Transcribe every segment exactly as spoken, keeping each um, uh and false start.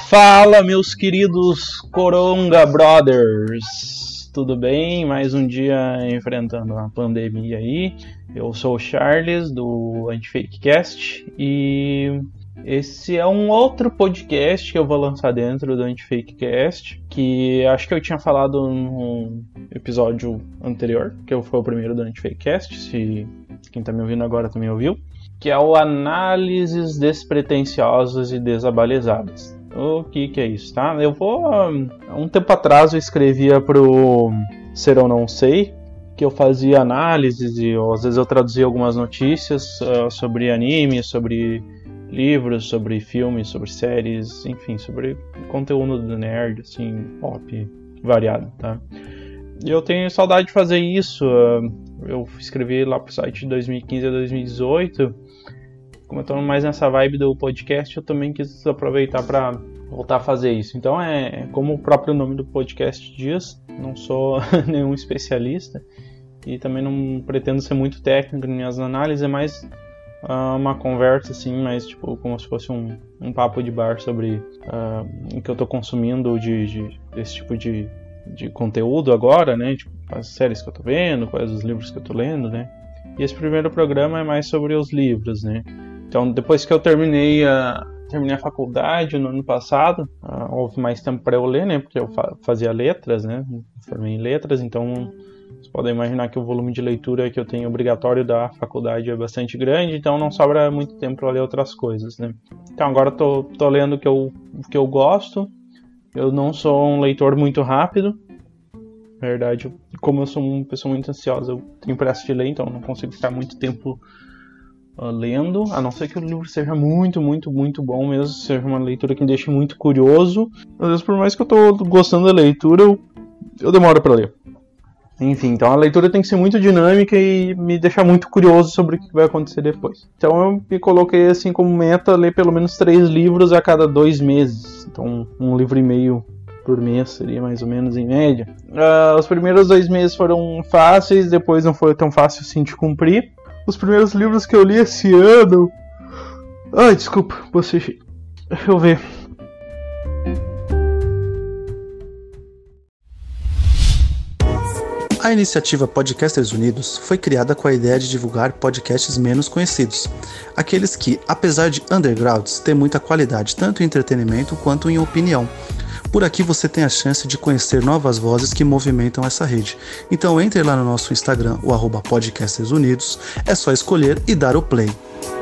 Fala, meus queridos Coronga Brothers, tudo bem? Mais um dia enfrentando a pandemia aí. Eu sou o Charles do Antifakecast e esse é um outro podcast que eu vou lançar dentro do Antifakecast, que acho que eu tinha falado no episódio anterior, que foi o primeiro do Antifakecast, se quem tá me ouvindo agora também ouviu, que é o Análises Despretensiosas e Desabalizadas. O que que é isso, tá? Eu vou... Um tempo atrás eu escrevia pro Ser ou Não Sei, que eu fazia análises e às vezes eu traduzia algumas notícias uh, sobre anime, sobre livros, sobre filmes, sobre séries, enfim, sobre conteúdo do nerd, assim, pop, variado, tá? E eu tenho saudade de fazer isso. Uh, eu escrevi lá pro site de dois mil e quinze a dois mil e dezoito. Como eu tô mais nessa vibe do podcast, eu também quis aproveitar para voltar a fazer isso. Então é como o próprio nome do podcast diz, não sou nenhum especialista e também não pretendo ser muito técnico nas minhas análises, é mais uh, uma conversa assim, mais tipo como se fosse um, um papo de bar sobre uh, o que eu tô consumindo de, de, desse tipo de, de conteúdo agora, né? Tipo, as séries que eu tô vendo, quais os livros que eu tô lendo, né? E esse primeiro programa é mais sobre os livros, né? Então, depois que eu terminei a, terminei a faculdade no ano passado, uh, houve mais tempo para eu ler, né? Porque eu fa- fazia letras, né? Formei em letras, então vocês podem imaginar que o volume de leitura que eu tenho obrigatório da faculdade é bastante grande, então não sobra muito tempo para ler outras coisas, né? Então, agora eu tô, tô lendo o que eu, o que eu gosto. Eu não sou um leitor muito rápido. Na verdade, como eu sou uma pessoa muito ansiosa, eu tenho pressa de ler, então não consigo ficar muito tempo lendo, a não ser que o livro seja muito, muito, muito bom mesmo, seja uma leitura que me deixe muito curioso. Às vezes, por mais que eu tô gostando da leitura, eu, eu demoro para ler. Enfim, então a leitura tem que ser muito dinâmica e me deixar muito curioso sobre o que vai acontecer depois. Então eu me coloquei assim como meta ler pelo menos três livros a cada dois meses. Então um livro e meio por mês seria mais ou menos em média. Uh, os primeiros dois meses foram fáceis, depois não foi tão fácil assim de cumprir. Os primeiros livros que eu li esse ano... Ai, desculpa, você... Deixa eu ver. A iniciativa Podcasters Unidos foi criada com a ideia de divulgar podcasts menos conhecidos. Aqueles que, apesar de undergrounds, têm muita qualidade, tanto em entretenimento quanto em opinião. Por aqui você tem a chance de conhecer novas vozes que movimentam essa rede. Então entre lá no nosso Instagram, o arroba Podcasters Unidos, é só escolher e dar o play.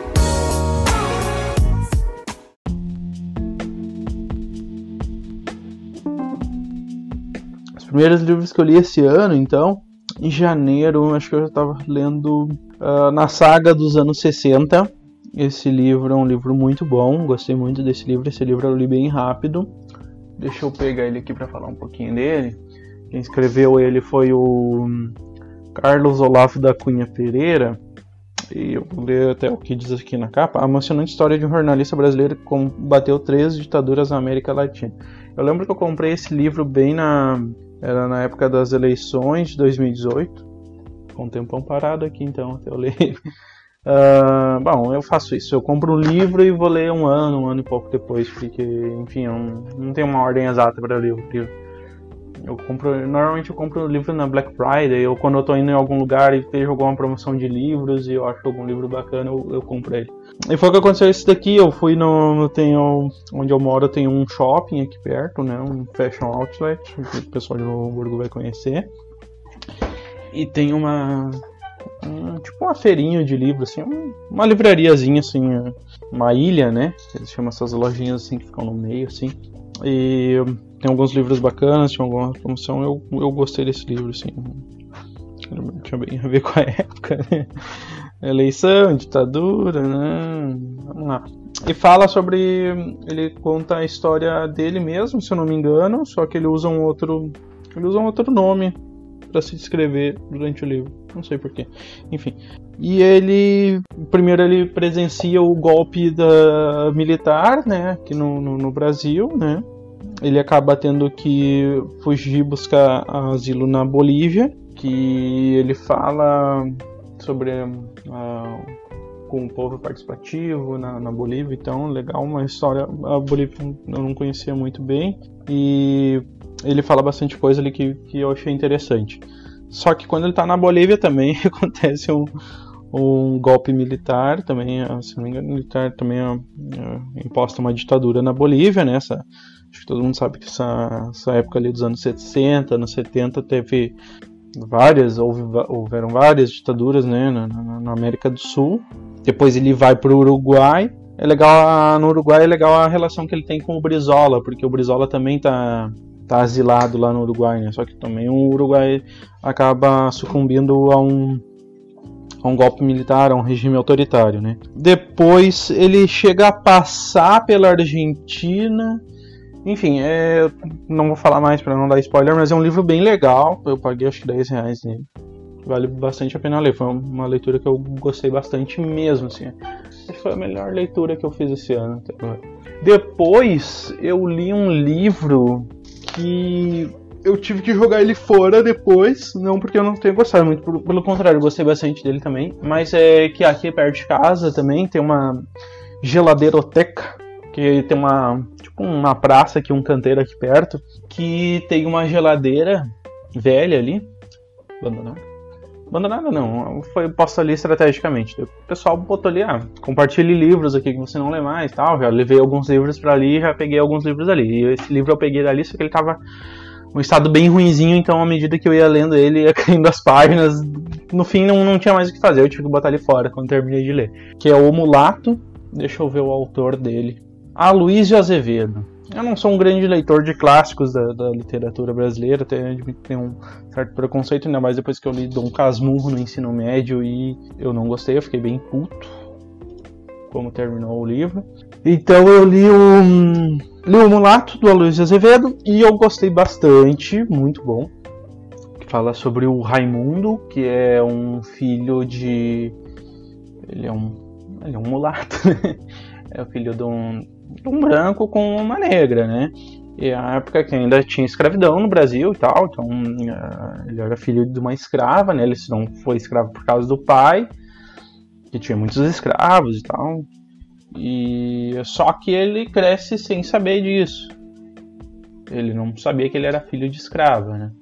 Os primeiros livros que eu li esse ano, então, em janeiro, acho que eu já estava lendo uh, na saga dos anos sessenta. Esse livro é um livro muito bom, gostei muito desse livro, esse livro eu li bem rápido. Deixa eu pegar ele aqui para falar um pouquinho dele. Quem escreveu ele foi o Carlos Olavo da Cunha Pereira. E eu vou ler até o que diz aqui na capa. A emocionante história de um jornalista brasileiro que combateu três ditaduras na América Latina. Eu lembro que eu comprei esse livro bem na... Era na época das eleições de dois mil e dezoito. Com um tempão parado aqui, então, até eu ler. Uh, bom, eu faço isso, eu compro um livro e vou ler um ano, um ano e pouco depois, porque, enfim, eu não, não tenho uma ordem exata para ler o livro. Eu compro, normalmente eu compro o livro na Black Friday, ou quando eu tô indo em algum lugar e vejo alguma promoção de livros e eu acho algum livro bacana, eu, eu compro ele. E foi o que aconteceu esse daqui, eu fui no, eu tenho, onde eu moro tem um shopping aqui perto, né, um fashion outlet, que o pessoal de Novo Hamburgo vai conhecer. E tem uma... Um, tipo uma feirinha de livros, assim, uma livrariazinha, assim, uma ilha, né? Eles chamam essas lojinhas assim que ficam no meio, assim. E tem alguns livros bacanas, tinha alguma promoção. Eu, eu gostei desse livro, assim. Tinha bem a ver com a época, né? Eleição, ditadura, né? Vamos lá. E fala sobre... Ele conta a história dele mesmo, se eu não me engano, só que ele usa um outro... Ele usa um outro nome para se descrever durante o livro, não sei porquê, enfim. E ele, primeiro ele presencia o golpe da militar, né, aqui no, no, no Brasil, né. Ele acaba tendo que fugir, buscar asilo na Bolívia, que ele fala sobre uh, com o povo participativo na, na Bolívia, então legal, uma história, a Bolívia eu não conhecia muito bem, e ele fala bastante coisa ali que, que eu achei interessante. Só que quando ele tá na Bolívia também acontece um, um golpe militar, também, se não me engano, militar também é, é imposta uma ditadura na Bolívia, né? Essa, acho que todo mundo sabe que essa, essa época ali dos anos sessenta, anos setenta, teve várias, houve, houveram várias ditaduras, né, na, na, na América do Sul. Depois ele vai pro Uruguai. É legal, no Uruguai é legal a relação que ele tem com o Brizola, porque o Brizola também tá... tá asilado lá no Uruguai, né? Só que também o Uruguai acaba sucumbindo a um, a um golpe militar, a um regime autoritário, né? Depois ele chega a passar pela Argentina. Enfim, é, não vou falar mais para não dar spoiler, mas é um livro bem legal. Eu paguei acho que dez reais nele. Vale bastante a pena ler. Foi uma leitura que eu gostei bastante mesmo, assim. Acho que foi a melhor leitura que eu fiz esse ano. Depois eu li um livro que eu tive que jogar ele fora depois, não porque eu não tenha gostado muito, pelo contrário, eu gostei bastante dele também, mas é que aqui perto de casa também tem uma geladeiroteca, que tem uma, tipo uma praça aqui, um canteiro aqui perto, que tem uma geladeira velha ali, abandonada, abandonada não, foi posta ali estrategicamente, o pessoal botou ali, ah, compartilhe livros aqui que você não lê mais e tal, já levei alguns livros pra ali e já peguei alguns livros ali, e esse livro eu peguei dali, só que ele tava um estado bem ruinzinho, então à medida que eu ia lendo ele, ia caindo as páginas, no fim não, não tinha mais o que fazer, eu tive que botar ele fora quando terminei de ler, que é O Mulato, deixa eu ver o autor dele, Aloysio Azevedo. Eu não sou um grande leitor de clássicos da, da literatura brasileira, até tenho um certo preconceito, ainda mais depois que eu li Dom Casmurro no ensino médio e eu não gostei, eu fiquei bem puto como terminou o livro. Então eu li o, li o Mulato, do Aloysio Azevedo, e eu gostei bastante, muito bom. Que fala sobre o Raimundo, que é um filho de... Ele é um, ele é um mulato, né? É o filho de um... um branco com uma negra, né? E a época que ainda tinha escravidão no Brasil e tal, então uh, ele era filho de uma escrava, né? Ele não foi escravo por causa do pai, que tinha muitos escravos e tal. E só que ele cresce sem saber disso. Ele não sabia que ele era filho de escrava, né?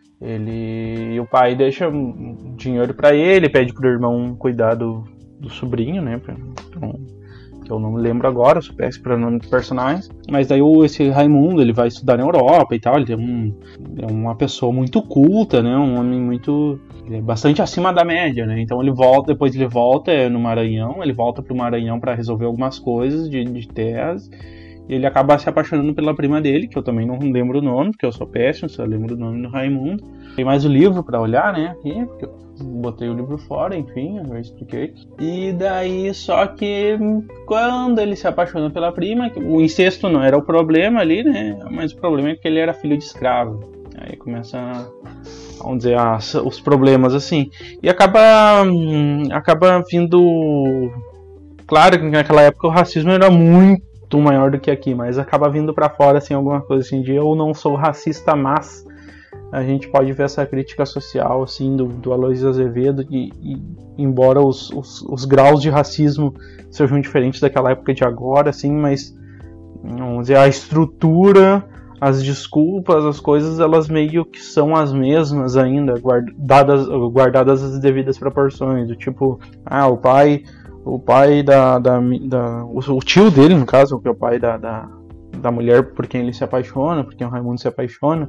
Ele, e o pai deixa dinheiro para ele, pede pro irmão cuidar do, do sobrinho, né? Então, que eu não me lembro agora, sou péssimo para nome de personagens, mas daí o, esse Raimundo, ele vai estudar na Europa e tal, ele é, um, é uma pessoa muito culta, né, um homem muito, é bastante acima da média, né, então ele volta, depois ele volta é, no Maranhão, ele volta pro Maranhão para resolver algumas coisas de, de terras, e ele acaba se apaixonando pela prima dele, que eu também não lembro o nome, porque eu sou péssimo, só lembro o nome do Raimundo. Tem mais o livro para olhar, né, aqui, porque eu botei o livro fora, enfim, eu já expliquei. E daí, só que quando ele se apaixona pela prima, o incesto não era o problema ali, né, mas o problema é que ele era filho de escravo. Aí começa, vamos dizer, as, os problemas assim. E acaba, acaba vindo... Claro que naquela época o racismo era muito maior do que aqui, mas acaba vindo pra fora assim, alguma coisa assim de eu não sou racista, mas a gente pode ver essa crítica social assim do, do Aloysio Azevedo e, e embora os, os, os graus de racismo sejam diferentes daquela época de agora, assim, mas vamos dizer, a estrutura, as desculpas, as coisas, elas meio que são as mesmas ainda, guardadas, guardadas as devidas proporções, do tipo, ah, o pai o pai da, da, da o, o tio dele, no caso, que é o pai da, da, da mulher por quem ele se apaixona, por quem o Raimundo se apaixona,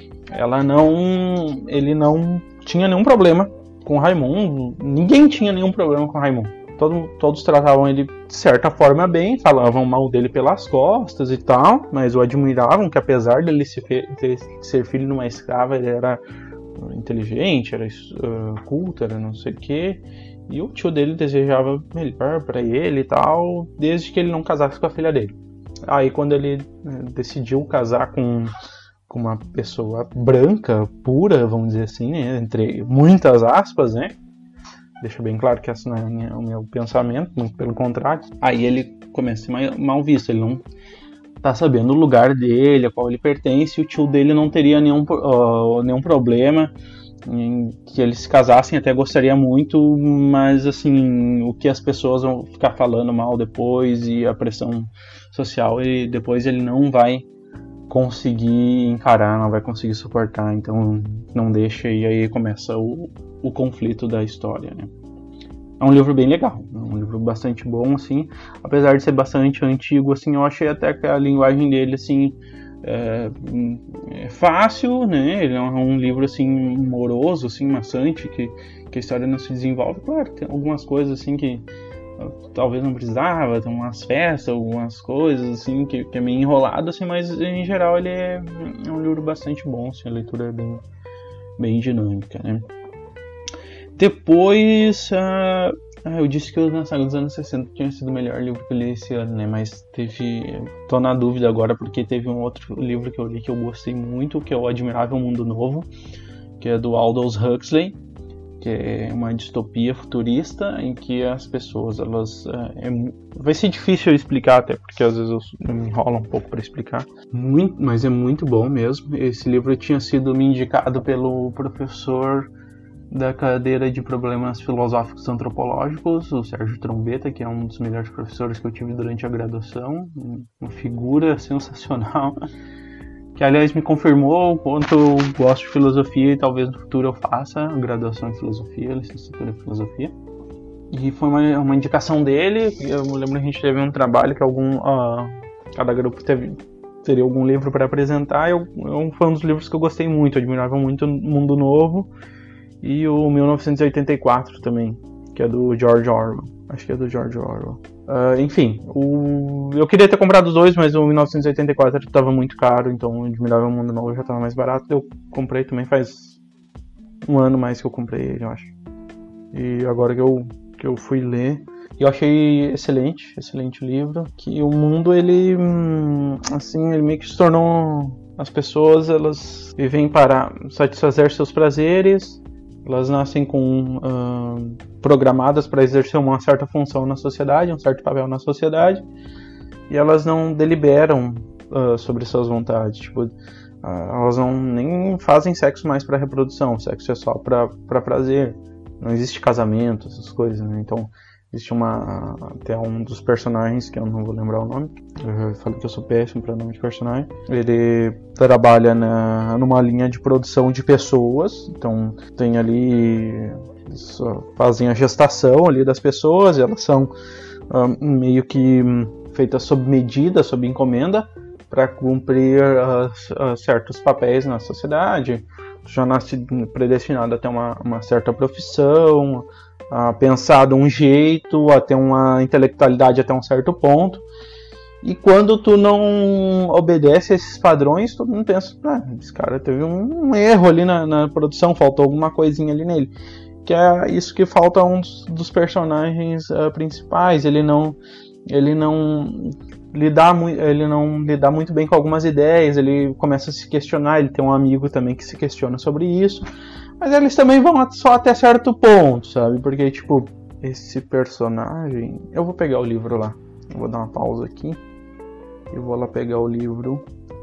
ela não, ele não tinha nenhum problema com o Raimundo, ninguém tinha nenhum problema com o Raimundo, Todo, todos tratavam ele de certa forma bem, falavam mal dele pelas costas e tal, mas o admiravam, que apesar dele se fe, de ser filho de uma escrava, ele era inteligente, era uh, culto, era não sei o que. E o tio dele desejava melhor pra ele e tal, desde que ele não casasse com a filha dele. Aí quando ele né, decidiu casar com, com uma pessoa branca, pura, vamos dizer assim, né, entre muitas aspas, né? Deixa bem claro que esse não é o meu pensamento, muito pelo contrário. Aí ele começa a ser mal, mal visto, ele não tá sabendo o lugar dele, a qual ele pertence, e o tio dele não teria nenhum, uh, nenhum problema em que eles se casassem, até gostaria muito, mas assim, o que as pessoas vão ficar falando mal depois e a pressão social, e depois ele não vai conseguir encarar, não vai conseguir suportar, então não deixa, e aí começa o, o conflito da história, né? É um livro bem legal, é um livro bastante bom, assim, apesar de ser bastante antigo, assim, eu achei até que a linguagem dele, assim, é, é fácil, né? Ele é um livro, assim, moroso, assim, maçante, que, que a história não se desenvolve. Claro, tem algumas coisas, assim, que talvez não precisava, tem umas festas, algumas coisas, assim, que, que é meio enrolado, assim, mas em geral ele é, é um livro bastante bom, assim, a leitura é bem, bem dinâmica, né? Depois, uh, ah, eu disse que o Na Saga dos Anos sessenta tinha sido o melhor livro que eu li esse ano, né? Mas teve... tô na dúvida agora, porque teve um outro livro que eu li que eu gostei muito, que é O Admirável Mundo Novo, que é do Aldous Huxley, que é uma distopia futurista em que as pessoas, elas... É, é, vai ser difícil eu explicar, até porque às vezes eu me enrolo um pouco para explicar, muito, mas é muito bom mesmo. Esse livro tinha sido me indicado pelo professor da cadeira de problemas filosóficos antropológicos, o Sérgio Trombetta, que é um dos melhores professores que eu tive durante a graduação, uma figura sensacional, que aliás me confirmou o quanto eu gosto de filosofia e talvez no futuro eu faça a graduação em filosofia, licenciatura em filosofia. E foi uma, uma indicação dele. Eu lembro que a gente teve um trabalho que algum, uh, cada grupo teve, teria algum livro para apresentar, e eu, eu, foi um dos livros que eu gostei muito, eu admirava muito Mundo Novo, e o mil novecentos e oitenta e quatro também, que é do George Orwell. Acho que é do George Orwell. Uh, enfim, o... eu queria ter comprado os dois, mas o mil novecentos e oitenta e quatro estava muito caro, então o Admirável Mundo Novo já estava mais barato. Eu comprei também faz um ano mais que eu comprei ele, eu acho. E agora que eu, que eu fui ler, eu achei excelente, excelente livro. Que o mundo, ele, assim, ele meio que se tornou... As pessoas, elas vivem para satisfazer seus prazeres. Elas nascem com uh, programadas para exercer uma certa função na sociedade, um certo papel na sociedade, e elas não deliberam uh, sobre suas vontades. Tipo, uh, elas não nem fazem sexo mais para reprodução, sexo é só para prazer. Não existe casamento, essas coisas, né? Então, existe uma... até um dos personagens, que eu não vou lembrar o nome, eu falei que eu sou péssimo para nome de personagem, ele trabalha na, numa linha de produção de pessoas, então tem ali, eles fazem a gestação ali das pessoas, elas são um, meio que feitas sob medida, sob encomenda, para cumprir uh, uh, certos papéis na sociedade. Já nasce predestinado a ter uma, uma certa profissão, a pensar de um jeito, a ter uma intelectualidade até um certo ponto. E quando tu não obedece a esses padrões, tu não pensa, ah, esse cara teve um, um erro ali na, na produção, faltou alguma coisinha ali nele. Que é isso que falta a um dos, dos personagens uh, principais. Ele não, ele não lidar muito, ele não lidar muito bem com algumas ideias, ele começa a se questionar, ele tem um amigo também que se questiona sobre isso. Mas eles também vão só até certo ponto, sabe? Porque, tipo, esse personagem... Eu vou pegar o livro lá. Eu vou dar uma pausa aqui. Eu vou lá pegar o livro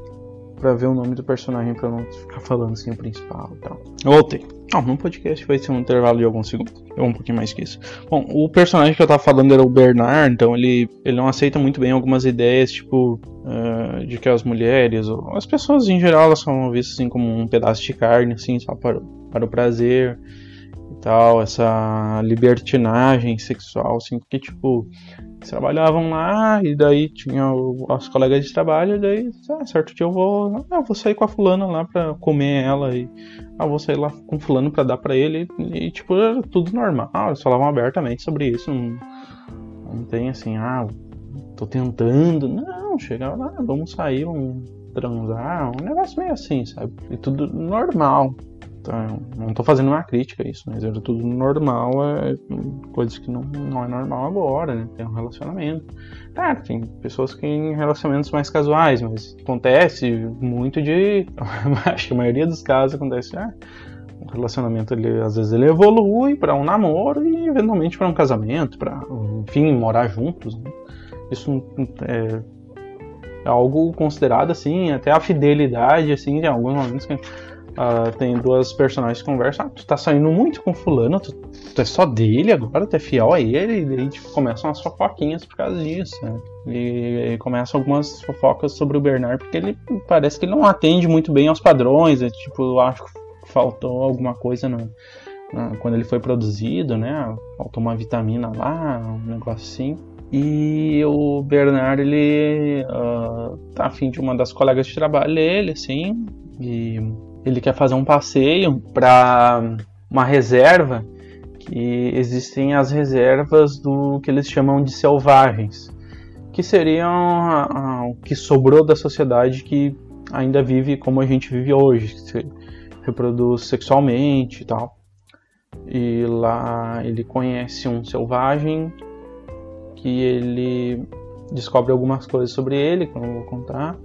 pra ver o nome do personagem, pra não ficar falando assim o principal e tal. Eu voltei. Não, no podcast vai ser um intervalo de alguns segundos. Ou um pouquinho mais que isso. Bom, o personagem que eu tava falando era o Bernard, então ele, ele não aceita muito bem algumas ideias, tipo, uh, de que as mulheres, ou as pessoas em geral, elas são vistas assim como um pedaço de carne, assim, só para, para o prazer e tal, essa libertinagem sexual, assim, porque, tipo, eles trabalhavam lá e daí tinha os colegas de trabalho, e daí, ah, certo dia eu vou, ah, vou sair com a fulana lá pra comer ela e, ah, vou sair lá com fulano pra dar pra ele e, tipo, era tudo normal, eles falavam abertamente sobre isso, não, não tem assim, ah, tô tentando, não, chega lá, vamos sair, vamos transar, um negócio meio assim, sabe, e tudo normal. Então, não tô fazendo uma crítica a isso, mas era tudo normal, é, coisas que não, não é normal agora, né? Tem um relacionamento. Tá, tem pessoas que têm relacionamentos mais casuais, mas acontece muito de... Acho que a maioria dos casos acontece, ah, o relacionamento, ele, às vezes ele evolui para um namoro e eventualmente para um casamento, para, enfim, morar juntos, né? Isso é, é algo considerado, assim, até a fidelidade, assim, em alguns momentos que Uh, tem duas personagens que conversam. Ah, tu tá saindo muito com fulano, tu, tu é só dele agora, tu é fiel a ele, e daí tipo, começam as fofoquinhas por causa disso, né? E, e começam algumas fofocas sobre o Bernard, porque ele parece que ele não atende muito bem aos padrões, é, tipo, eu acho que faltou alguma coisa no, no, quando ele foi produzido, né? Faltou uma vitamina lá, um negócio assim. E o Bernard, ele uh, tá afim de uma das colegas de trabalho dele, assim, e ele quer fazer um passeio para uma reserva, que existem as reservas do que eles chamam de selvagens, que seriam a, a, o que sobrou da sociedade que ainda vive como a gente vive hoje, que se reproduz sexualmente e tal. E lá ele conhece um selvagem que ele descobre algumas coisas sobre ele, que eu não vou contar,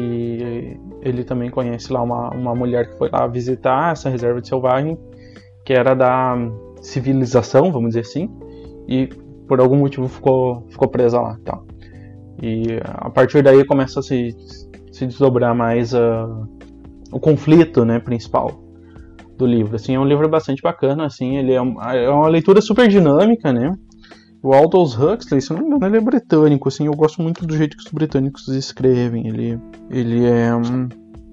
e ele também conhece lá uma, uma mulher que foi lá visitar essa reserva de selvagem, que era da civilização, vamos dizer assim, e por algum motivo ficou, ficou presa lá. Tá? E a partir daí começa a se, se desdobrar mais uh, o conflito, né, principal do livro. Assim, é um livro bastante bacana, assim, ele é uma, é uma leitura super dinâmica, né? O Aldous Huxley, se não me engano, ele é britânico, assim, eu gosto muito do jeito que os britânicos escrevem. Ele, ele é um,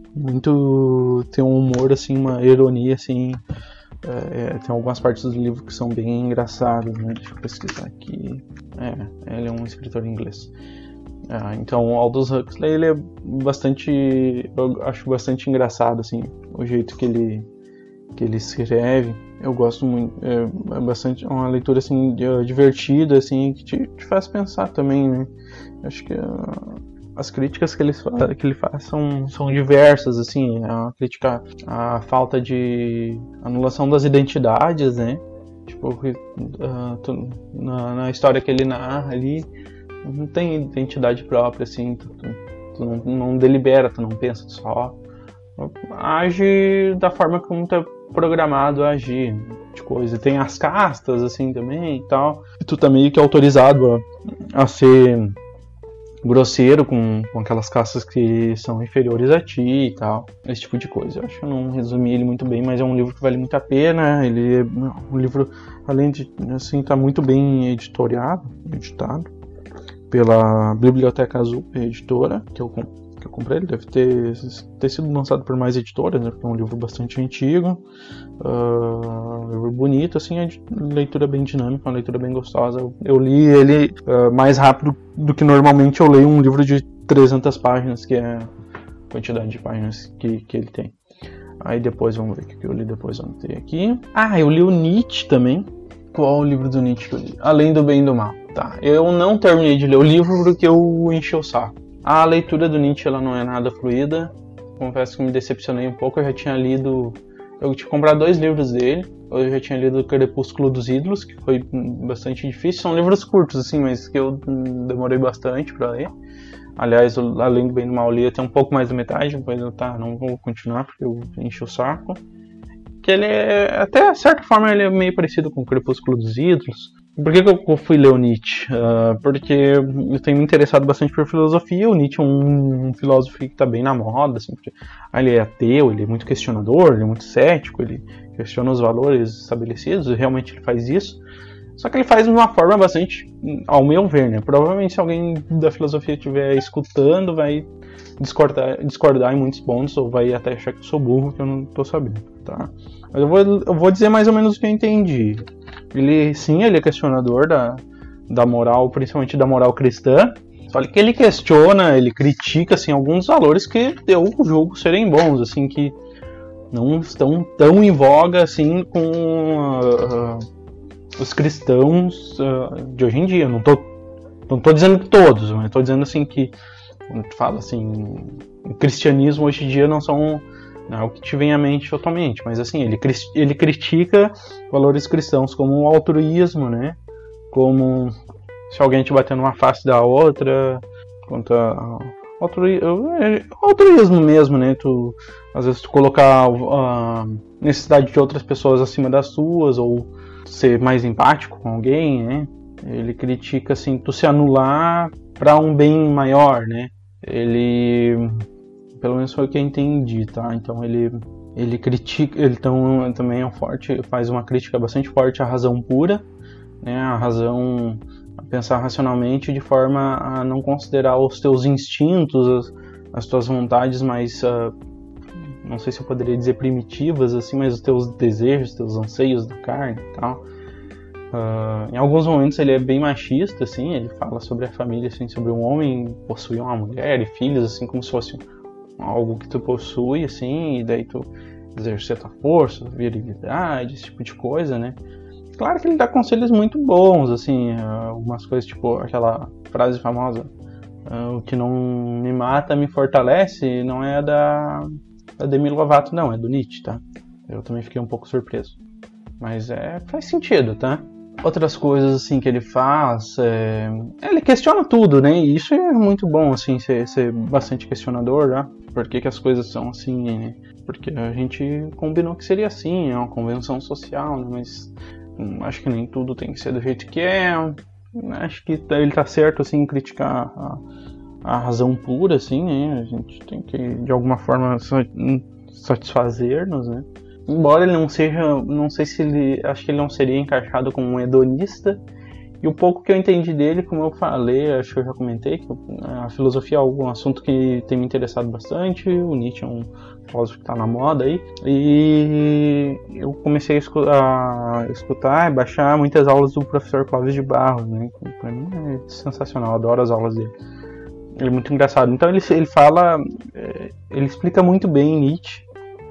muito, tem um humor, assim, uma ironia, assim, é, tem algumas partes do livro que são bem engraçadas, né? Deixa eu pesquisar aqui. É, ele é um escritor inglês. É, então, o Aldous Huxley, ele é bastante, eu acho bastante engraçado, assim, o jeito que ele, que ele escreve. Eu gosto muito, é, é bastante uma leitura assim divertida, assim, que te, te faz pensar também, né? Acho que uh, as críticas que ele, que ele faz são, são diversas, assim, a crítica à falta de anulação das identidades, né? Tipo, uh, tu, na, na história que ele narra ali, não tem identidade própria, assim, tu, tu, tu não, não delibera, tu não pensa, tu só age da forma como tu é programado a agir, de coisa. Tem as castas, assim, também e tal. E tu tá meio que autorizado a, a ser grosseiro com, com aquelas castas que são inferiores a ti e tal. Esse tipo de coisa. Eu acho que eu não resumi ele muito bem, mas é um livro que vale muito a pena. Ele é um livro, além de, assim, tá muito bem editoriado, editado pela Biblioteca Azul, editora, que eu que eu comprei. Ele deve ter, ter sido lançado por mais editoras, né, porque é um livro bastante antigo, uh, um livro bonito, assim, é leitura bem dinâmica, uma leitura bem gostosa. Eu, eu li ele uh, mais rápido do que normalmente eu leio um livro de trezentas páginas, que é a quantidade de páginas que, que ele tem. Aí depois, vamos ver o que eu li depois, eu anotei aqui. Ah, eu li o Nietzsche também. Qual o livro do Nietzsche que eu li? Além do Bem e do Mal. Tá, eu não terminei de ler o livro porque eu enchi o saco. A leitura do Nietzsche, ela não é nada fluida. Confesso que me decepcionei um pouco. Eu já tinha lido... Eu tinha comprado dois livros dele. Eu já tinha lido O Crepúsculo dos Ídolos, que foi bastante difícil. São livros curtos, assim, mas que eu demorei bastante pra ler. Aliás, Além do Bem e do Mal, li até um pouco mais da metade. Depois eu, tá, não vou continuar porque eu enchi o saco. Que ele é... Até, de certa forma, ele é meio parecido com O Crepúsculo dos Ídolos. Por que, que eu fui ler o Nietzsche? Uh, porque eu tenho me interessado bastante por filosofia. O Nietzsche é um, um filósofo que está bem na moda, assim, porque ele é ateu, ele é muito questionador, ele é muito cético, ele questiona os valores estabelecidos, e realmente ele faz isso. Só que ele faz de uma forma bastante, ao meu ver, né? Provavelmente se alguém da filosofia estiver escutando, vai discordar, discordar em muitos pontos, ou vai até achar que eu sou burro, que eu não estou sabendo, tá? Mas eu vou, eu vou dizer mais ou menos o que eu entendi. Ele, sim, ele é questionador da, da moral, principalmente da moral cristã. Só que ele questiona, ele critica, assim, alguns valores que eu julgo serem bons, assim, que não estão tão em voga, assim, com uh, uh, os cristãos uh, de hoje em dia. Não tô, não tô dizendo que todos, mas tô dizendo, assim, que, quando tu fala, assim, o cristianismo hoje em dia não são... Não é o que te vem à mente totalmente, mas assim, ele, ele critica valores cristãos como o altruísmo, né? Como se alguém te bater numa face da outra, quanto a altruí, altruísmo mesmo, né? Tu, às vezes tu colocar a necessidade de outras pessoas acima das suas, ou ser mais empático com alguém, né? Ele critica, assim, tu se anular para um bem maior, né? Ele... Pelo menos foi o que eu entendi, tá? Então ele, ele critica, ele tão, também é um forte, faz uma crítica bastante forte à razão pura, né, a razão, a pensar racionalmente de forma a não considerar os teus instintos, as, as tuas vontades mais, uh, não sei se eu poderia dizer primitivas, assim, mas os teus desejos, os teus anseios da carne e tal. Uh, em alguns momentos ele é bem machista, assim, ele fala sobre a família, assim, sobre um homem possuir uma mulher e filhos, assim, como se fosse algo que tu possui, assim, e daí tu exercer tua força, virilidade, esse tipo de coisa, né? Claro que ele dá conselhos muito bons, assim, algumas coisas, tipo aquela frase famosa, uh, o que não me mata me fortalece, não é da, da Demi Lovato, não, é do Nietzsche, tá? Eu também fiquei um pouco surpreso, mas é, faz sentido, tá? Outras coisas, assim, que ele faz, é... ele questiona tudo, né? E isso é muito bom, assim, ser, ser bastante questionador, né? Por que que as coisas são assim, né? Porque a gente combinou que seria assim, é uma convenção social, né? Mas hum, acho que nem tudo tem que ser do jeito que é. Acho que ele tá certo, assim, em criticar a, a razão pura, assim, né? A gente tem que, de alguma forma, satisfazer-nos, né? Embora ele não seja, não sei se ele, acho que ele não seria encaixado como um hedonista. E o pouco que eu entendi dele, como eu falei, acho que eu já comentei, que a filosofia é um assunto que tem me interessado bastante. O Nietzsche é um filósofo que está na moda aí. E eu comecei a escutar, a escutar e baixar muitas aulas do professor Clóvis de Barros, né? Para mim é sensacional, eu adoro as aulas dele. Ele é muito engraçado. Então ele, ele fala, ele explica muito bem Nietzsche.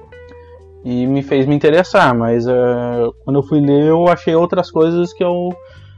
E me fez me interessar, mas uh, quando eu fui ler eu achei outras coisas que eu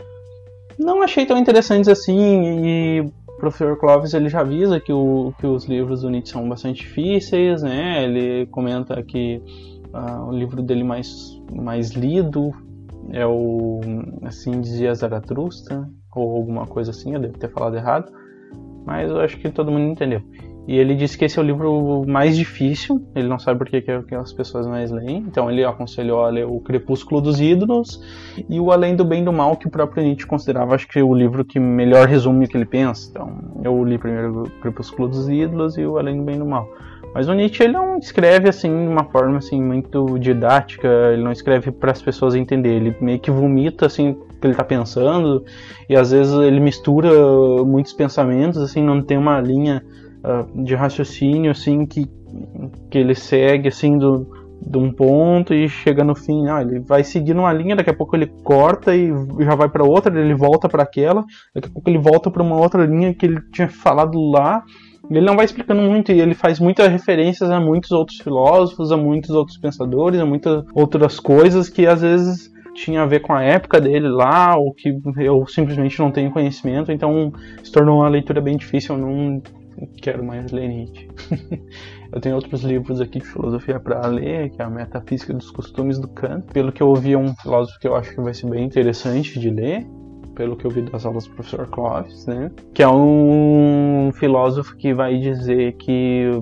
não achei tão interessantes assim. E o professor Clóvis ele já avisa que, o, que os livros do Nietzsche são bastante difíceis, né? Ele comenta que uh, o livro dele mais, mais lido é o Assim Dizia Zaratustra, ou alguma coisa assim, eu devo ter falado errado, mas eu acho que todo mundo entendeu. E ele disse que esse é o livro mais difícil, ele não sabe por que, que as pessoas mais leem, então ele aconselhou a ler o Crepúsculo dos Ídolos e o Além do Bem e do Mal, que o próprio Nietzsche considerava, acho que o livro que melhor resume o que ele pensa. Então eu li primeiro o Crepúsculo dos Ídolos e o Além do Bem e do Mal. Mas o Nietzsche ele não escreve assim de uma forma assim muito didática, ele não escreve para as pessoas entenderem, ele meio que vomita assim o que ele está pensando e às vezes ele mistura muitos pensamentos, assim, não tem uma linha uh, de raciocínio assim que, que ele segue assim do, de um ponto e chega no fim. Ah, ele vai seguindo uma linha, daqui a pouco ele corta e já vai para outra, ele volta para aquela, daqui a pouco ele volta para uma outra linha que ele tinha falado lá. Ele não vai explicando muito e ele faz muitas referências a muitos outros filósofos, a muitos outros pensadores, a muitas outras coisas que às vezes tinha a ver com a época dele lá, ou que eu simplesmente não tenho conhecimento, então se tornou uma leitura bem difícil, eu não quero mais ler Nietzsche. Eu tenho outros livros aqui de filosofia para ler, que é a Metafísica dos Costumes do Kant. Pelo que eu ouvi, é um filósofo que eu acho que vai ser bem interessante de ler, pelo que eu vi das aulas do professor Clóvis, né? Que é um filósofo que vai dizer que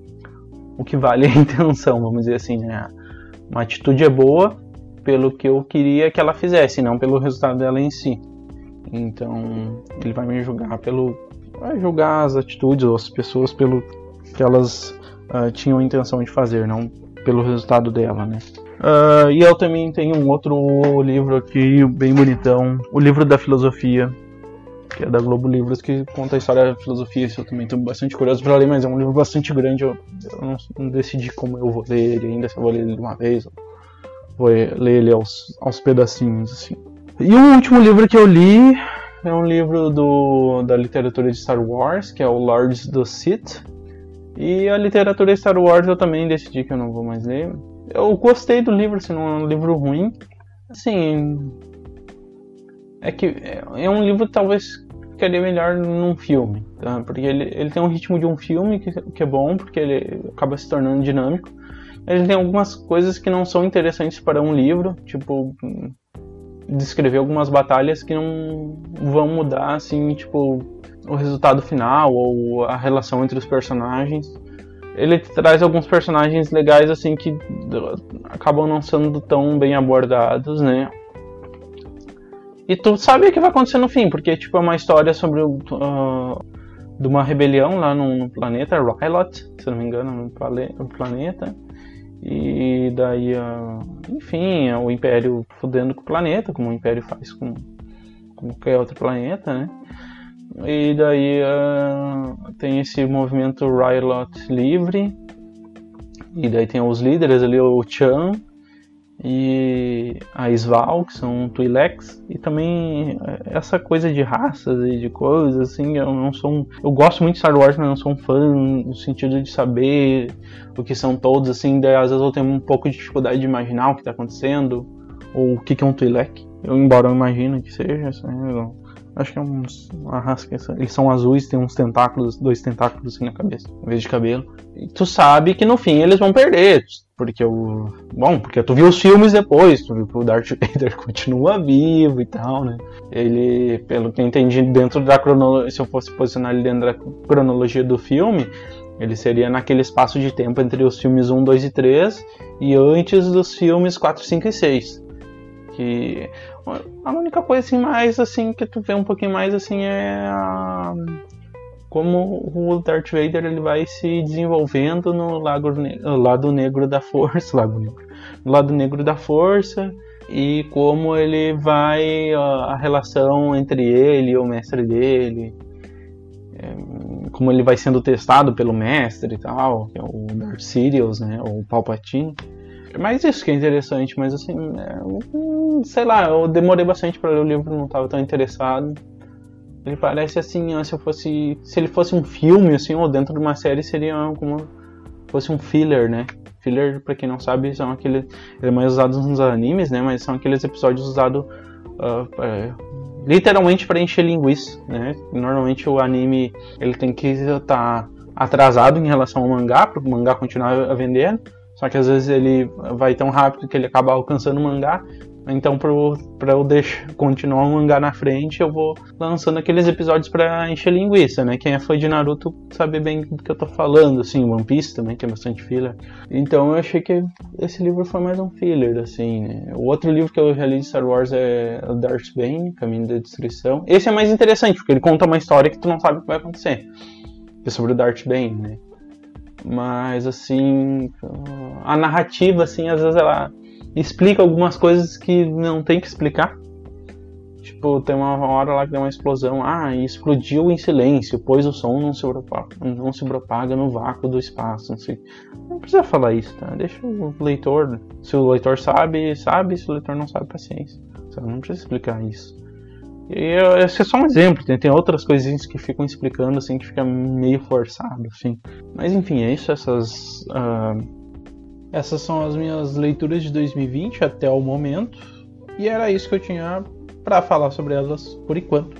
o que vale é a intenção, vamos dizer assim, né? Uma atitude é boa pelo que eu queria que ela fizesse, não pelo resultado dela em si. Então, ele vai me julgar pelo... vai julgar as atitudes ou as pessoas pelo que elas uh, tinham a intenção de fazer, não pelo resultado dela, né? Uh, e eu também tenho um outro livro aqui, bem bonitão, o Livro da Filosofia, que é da Globo Livros, que conta a história da filosofia. Isso eu também estou bastante curioso para ler, mas é um livro bastante grande, eu, eu não, não decidi como eu vou ler ele ainda, se eu vou ler ele de uma vez, ou vou ler ele aos, aos pedacinhos, assim. E o último livro que eu li é um livro do, da literatura de Star Wars, que é o Lords do Sith, e a literatura de Star Wars eu também decidi que eu não vou mais ler. Eu gostei do livro, assim, não é um livro ruim. Assim, é que é um livro que talvez ficaria melhor num filme, tá? Porque ele, ele tem um ritmo de um filme que, que é bom, porque ele acaba se tornando dinâmico. Ele tem algumas coisas que não são interessantes para um livro, tipo, descrever algumas batalhas que não vão mudar, assim, tipo, o resultado final ou a relação entre os personagens. Ele traz alguns personagens legais, assim, que acabam não sendo tão bem abordados, né? E tu sabe o que vai acontecer no fim, porque, tipo, é uma história sobre uh, de uma rebelião lá no, no planeta Rylot, se não me engano, no, plane, no planeta. E daí, uh, enfim, o Império fudendo com o planeta, como o Império faz com, com qualquer outro planeta, né? E daí uh, tem esse movimento Rylot livre, e daí tem os líderes ali, o Chan e a Sval, que são Twi'leks, e também essa coisa de raças e de coisas, assim, eu não sou um, eu gosto muito de Star Wars, mas não sou um fã no sentido de saber o que são todos, assim, daí às vezes eu tenho um pouco de dificuldade de imaginar o que está acontecendo, ou o que, que é um Twi'lek, eu, embora eu imagine que seja, assim, eu, acho que é um, uma raça que eles são azuis, tem uns tentáculos, dois tentáculos assim na cabeça, em vez de cabelo. E tu sabe que no fim eles vão perder, porque o bom, porque tu viu os filmes depois, tu viu que o Darth Vader continua vivo e tal, né? Ele, pelo que eu entendi, dentro da cronologia, se eu fosse posicionar ele dentro da cronologia do filme, ele seria naquele espaço de tempo entre os filmes um, dois e três e antes dos filmes quatro, cinco e seis. Que a única coisa assim mais assim que tu vê um pouquinho mais assim é a, como o Darth Vader ele vai se desenvolvendo no lago, no lado negro da força, lago negro, no lado negro da força, e como ele vai a, a relação entre ele e o mestre dele, é, como ele vai sendo testado pelo mestre e tal, que é o Darth Sidious, né, o Palpatine. Mas isso que é interessante, mas assim, é, sei lá, eu demorei bastante para ler o livro, não estava tão interessado. Ele parece assim, se eu fosse, se ele fosse um filme assim, ou dentro de uma série, seria como fosse um filler, né? Filler, para quem não sabe, são aqueles, ele é mais usado nos animes, né? Mas são aqueles episódios usados uh, é, literalmente para encher linguiça, né? Normalmente o anime ele tem que estar tá atrasado em relação ao mangá, para o mangá continuar a vender. Só que às vezes ele vai tão rápido que ele acaba alcançando o mangá. Então, para eu deixar, continuar o mangá na frente, eu vou lançando aqueles episódios para encher linguiça, né? Quem é fã de Naruto sabe bem do que eu tô falando, assim. One Piece também tem bastante filler. Então, eu achei que esse livro foi mais um filler, assim, né? O outro livro que eu já li de Star Wars é o Darth Bane, Caminho da Destruição. Esse é mais interessante, porque ele conta uma história que tu não sabe o que vai acontecer. É sobre o Darth Bane, né? Mas, assim, a narrativa, assim, às vezes ela explica algumas coisas que não tem que explicar. Tipo, tem uma hora lá que deu uma explosão. Ah, e explodiu em silêncio, pois o som não se propaga, não se propaga no vácuo do espaço. Não sei. Não precisa falar isso, tá? Deixa o leitor. Se o leitor sabe, sabe. Se o leitor não sabe, paciência. Sabe? Não precisa explicar isso. E esse é só um exemplo, tem, tem outras coisinhas que ficam explicando, assim, que fica meio forçado, assim. Mas enfim, é isso, essas, uh, essas são as minhas leituras de dois mil e vinte até o momento, e era isso que eu tinha pra falar sobre elas por enquanto.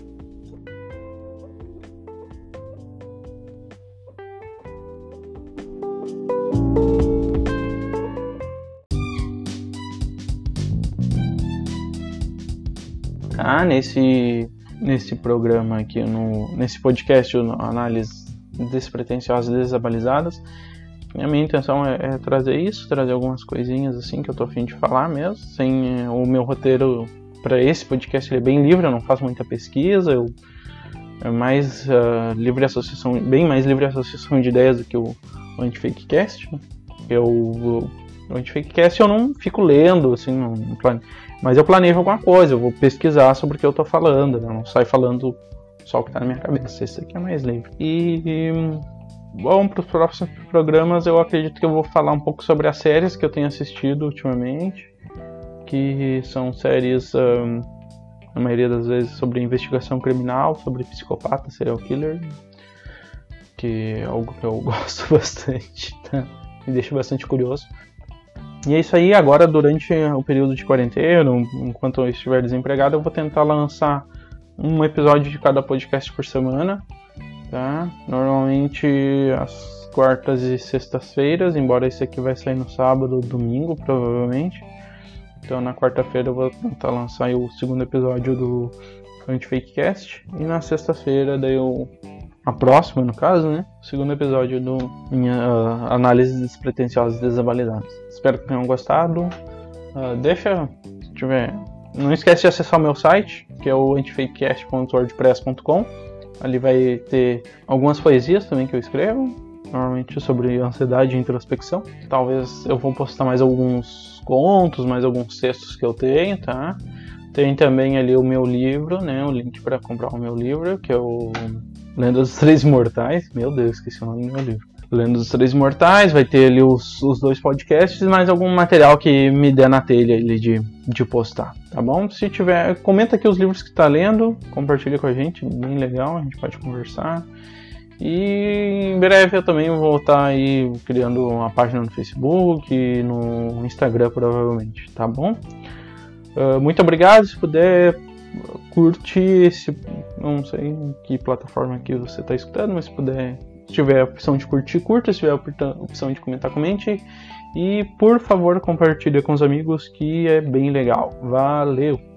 Ah, nesse, nesse programa aqui, no, nesse podcast, no Análise Despretensiosas e Desabalizadas, a minha intenção é, é trazer isso, trazer algumas coisinhas assim que eu tô a fim de falar mesmo, sem é, o meu roteiro para esse podcast ele é bem livre, eu não faço muita pesquisa, eu é mais uh, livre associação, bem mais livre associação de ideias do que o, o Anti-Fakecast. Eu, o, o Anti-Fakecast eu não fico lendo, assim, não, não plane... mas eu planejo alguma coisa, eu vou pesquisar sobre o que eu tô falando, né? Eu não saio falando só o que tá na minha cabeça, esse aqui é mais livre. E, e bom, para os próximos programas eu acredito que eu vou falar um pouco sobre as séries que eu tenho assistido ultimamente, que são séries, um, na maioria das vezes, sobre investigação criminal, sobre psicopata, serial killer, que é algo que eu gosto bastante, tá? Me deixa bastante curioso. E é isso aí, agora durante o período de quarentena, enquanto eu estiver desempregado, eu vou tentar lançar um episódio de cada podcast por semana, tá? Normalmente às quartas e sextas-feiras, embora esse aqui vai sair no sábado ou domingo, provavelmente. Então na quarta-feira eu vou tentar lançar o segundo episódio do Anti-Fakecast, e na sexta-feira daí eu... a próxima, no caso, né? O segundo episódio do minha uh, análise despretensiosas e desabalizadas. Espero que tenham gostado. Uh, deixa, se tiver... Não esquece de acessar o meu site, que é o antifakecast ponto wordpress ponto com. Ali vai ter algumas poesias também que eu escrevo. normalmente sobre ansiedade e introspecção. Talvez eu vou postar mais alguns contos, mais alguns textos que eu tenho, tá? Tem também ali o meu livro, né? O link para comprar o meu livro, que é o Lenda dos Três Imortais. Meu Deus, esqueci o nome do meu livro. Lenda dos Três Imortais, vai ter ali os, os dois podcasts e mais algum material que me der na telha ali de, de postar, tá bom? Se tiver, comenta aqui os livros que tá lendo, compartilha com a gente, bem legal, a gente pode conversar. E em breve eu também vou estar aí criando uma página no Facebook, no Instagram provavelmente, tá bom? Uh, muito obrigado, se puder curtir esse, não sei em que plataforma que você está escutando, mas se puder, se tiver a opção de curtir, curta, se tiver a opção de comentar, comente. E por favor compartilhe com os amigos que é bem legal. Valeu!